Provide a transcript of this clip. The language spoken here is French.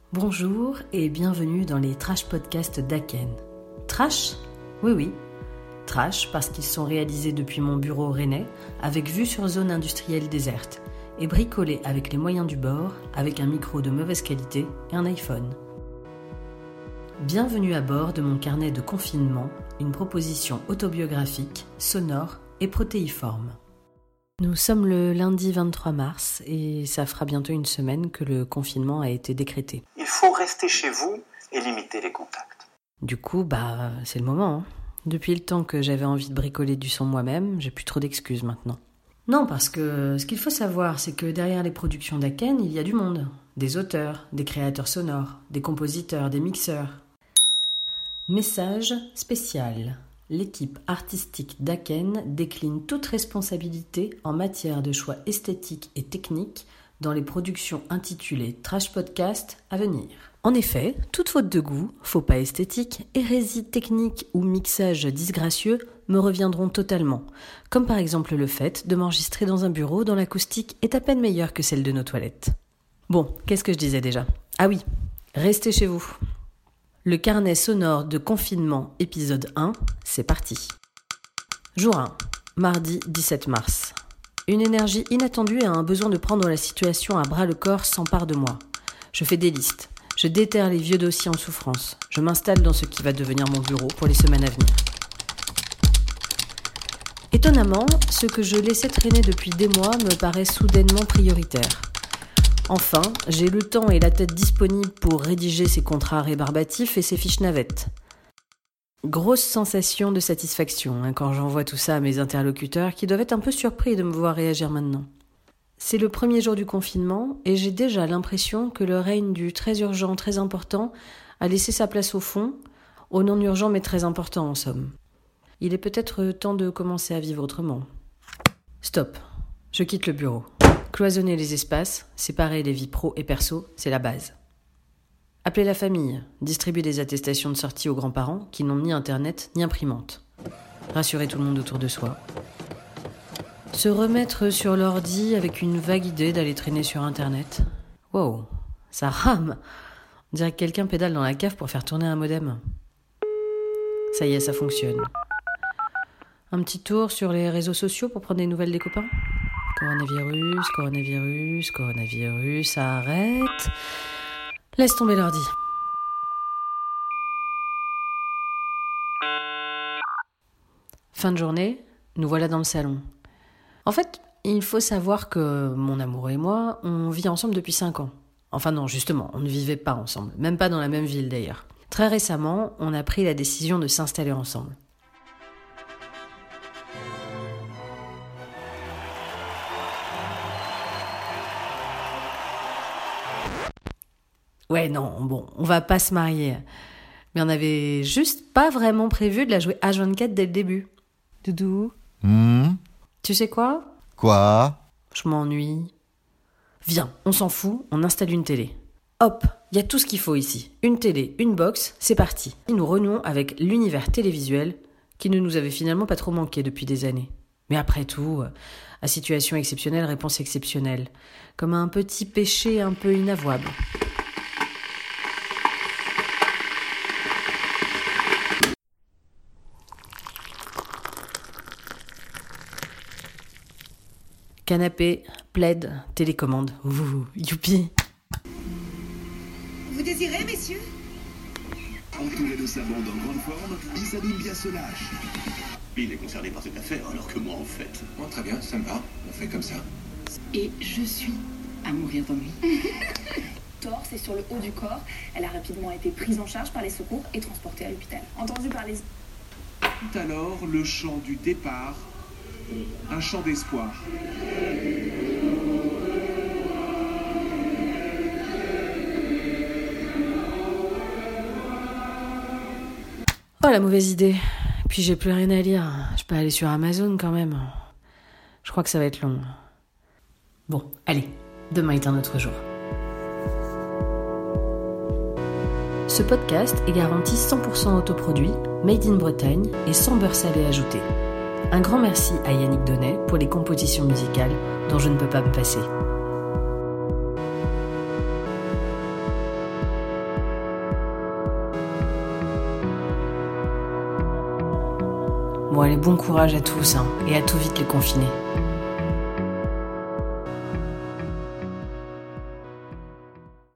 Bonjour et bienvenue dans les Trash Podcasts d'Aken. Trash ? Oui. Trash parce qu'ils sont réalisés depuis mon bureau rennais, avec vue sur zone industrielle déserte, et bricolés avec les moyens du bord, avec un micro de mauvaise qualité et un iPhone. Bienvenue à bord de mon carnet de confinement, une proposition autobiographique, sonore et protéiforme. Nous sommes le lundi 23 mars et ça fera bientôt une semaine que le confinement a été décrété. Il faut rester chez vous et limiter les contacts. Du coup, c'est le moment. Depuis le temps que j'avais envie de bricoler du son moi-même, j'ai plus trop d'excuses maintenant. Non, parce que ce qu'il faut savoir, c'est que derrière les productions d'Aken, il y a du monde. Des auteurs, des créateurs sonores, des compositeurs, des mixeurs. Message spécial. L'équipe artistique d'Aken décline toute responsabilité en matière de choix esthétiques et techniques dans les productions intitulées Trash Podcast à venir. En effet, toute faute de goût, faux pas esthétique, hérésie technique ou mixage disgracieux me reviendront totalement, comme par exemple le fait de m'enregistrer dans un bureau dont l'acoustique est à peine meilleure que celle de nos toilettes. Bon, qu'est-ce que je disais déjà ? Ah oui, restez chez vous. Le carnet sonore de confinement, épisode 1, c'est parti. Jour 1, mardi 17 mars. Une énergie inattendue et un besoin de prendre la situation à bras-le-corps s'empare de moi. Je fais des listes, je déterre les vieux dossiers en souffrance, je m'installe dans ce qui va devenir mon bureau pour les semaines à venir. Étonnamment, ce que je laissais traîner depuis des mois me paraît soudainement prioritaire. Enfin, j'ai le temps et la tête disponibles pour rédiger ces contrats rébarbatifs et ces fiches navettes. Grosse sensation de satisfaction quand j'envoie tout ça à mes interlocuteurs qui doivent être un peu surpris de me voir réagir maintenant. C'est le premier jour du confinement et j'ai déjà l'impression que le règne du très urgent, très important a laissé sa place au fond, au non urgent mais très important en somme. Il est peut-être temps de commencer à vivre autrement. Stop, je quitte le bureau. Cloisonner les espaces, séparer les vies pro et perso, c'est la base. Appeler la famille, distribuer des attestations de sortie aux grands-parents qui n'ont ni internet ni imprimante. Rassurer tout le monde autour de soi. Se remettre sur l'ordi avec une vague idée d'aller traîner sur internet. Wow, ça rame. On dirait que quelqu'un pédale dans la cave pour faire tourner un modem. Ça y est, ça fonctionne. Un petit tour sur les réseaux sociaux pour prendre des nouvelles des copains. Coronavirus, arrête. Laisse tomber l'ordi. Fin de journée, nous voilà dans le salon. En fait, il faut savoir que mon amoureux et moi, on vit ensemble depuis 5 ans. Enfin non, justement, on ne vivait pas ensemble, même pas dans la même ville d'ailleurs. Très récemment, on a pris la décision de s'installer ensemble. Ouais, non, bon, on va pas se marier. Mais on avait juste pas vraiment prévu de la jouer H24 dès le début. Doudou. Tu sais quoi ? Quoi ? Je m'ennuie. Viens, on s'en fout, on installe une télé. Hop, il y a tout ce qu'il faut ici. Une télé, une box, c'est parti. Et nous renouons avec l'univers télévisuel qui ne nous avait finalement pas trop manqué depuis des années. Mais après tout, à situation exceptionnelle, réponse exceptionnelle. Comme un petit péché un peu inavouable. Canapé, plaid, télécommande. Ouh, youpi. Vous désirez, messieurs ? Entouré de sa bande en grande forme, Isabelle bien se lâche. Il est concerné par cette affaire, alors que moi, en fait... Oh, très bien, ça me va. On fait comme ça. Et je suis à mourir d'ennui. Torse et sur le haut du corps, elle a rapidement été prise en charge par les secours et transportée à l'hôpital. Entendue par les... Tout alors, le chant du départ, un chant d'espoir. Oh, la mauvaise idée. Puis j'ai plus rien à lire. Je peux aller sur Amazon quand même. Je crois que ça va être long. Bon, allez, demain est un autre jour. Ce podcast est garanti 100% autoproduit, made in Bretagne et sans beurre salé ajouté. Un grand merci à Yannick Donnet pour les compositions musicales dont je ne peux pas me passer. Bon allez, bon courage à tous, et à tout vite les confinés.